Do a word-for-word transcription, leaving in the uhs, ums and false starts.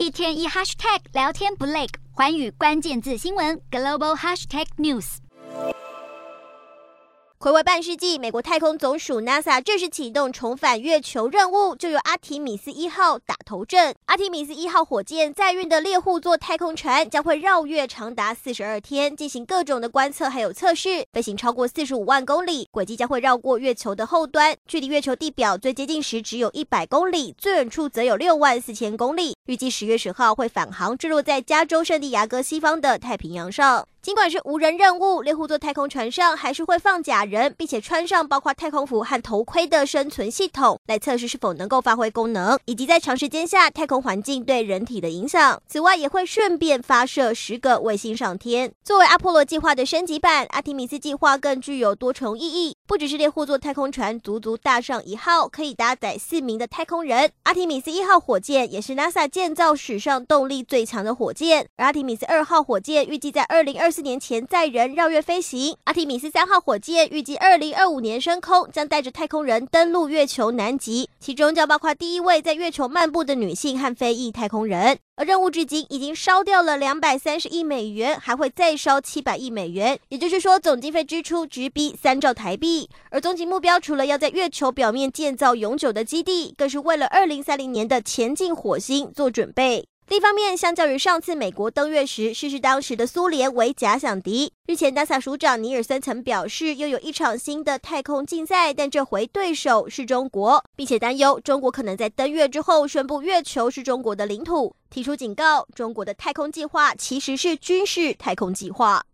一天一 hashtag 聊天不累，寰宇关键字新闻 global hashtag news。 睽违半世纪，美国太空总署 NASA 正式启动重返月球任务，就由阿提米斯一号打头阵。阿提米斯一号火箭载运的猎户座太空船将会绕月长达四十二天，进行各种的观测还有测试，飞行超过四十五万公里，轨迹将会绕过月球的后端，距离月球地表最接近时只有一百公里，最远处则有六万四千公里。预计十月十号会返航，坠落在加州圣地亚哥西方的太平洋上。尽管是无人任务，猎户座太空船上还是会放假人，并且穿上包括太空服和头盔的生存系统，来测试是否能够发挥功能，以及在长时间下太空环境对人体的影响。此外，也会顺便发射十个卫星上天。作为阿波罗计划的升级版，阿提米斯计划更具有多重意义，不只是猎户座太空船足足大上一号，可以搭载四名的太空人。阿提米斯一号火箭也是 NASA 建造史上动力最强的火箭，而阿提米斯二号火箭预计在二零二四年前载人绕月飞行。阿提米斯三号火箭预计二零二五年升空，将带着太空人登陆月球南极，其中将包括第一位在月球漫步的女性和非裔太空人。而任务至今已经烧掉了两百三十亿美元，还会再烧七百亿美元，也就是说总经费支出直逼三兆台币。而终极目标除了要在月球表面建造永久的基地，更是为了二零三零年的前进火星做准备。另一方面，相较于上次美国登月时视视当时的苏联为假想敌，日前 NASA 署长尼尔森曾表示，又有一场新的太空竞赛，但这回对手是中国，并且担忧中国可能在登月之后宣布月球是中国的领土，提出警告，中国的太空计划其实是军事太空计划。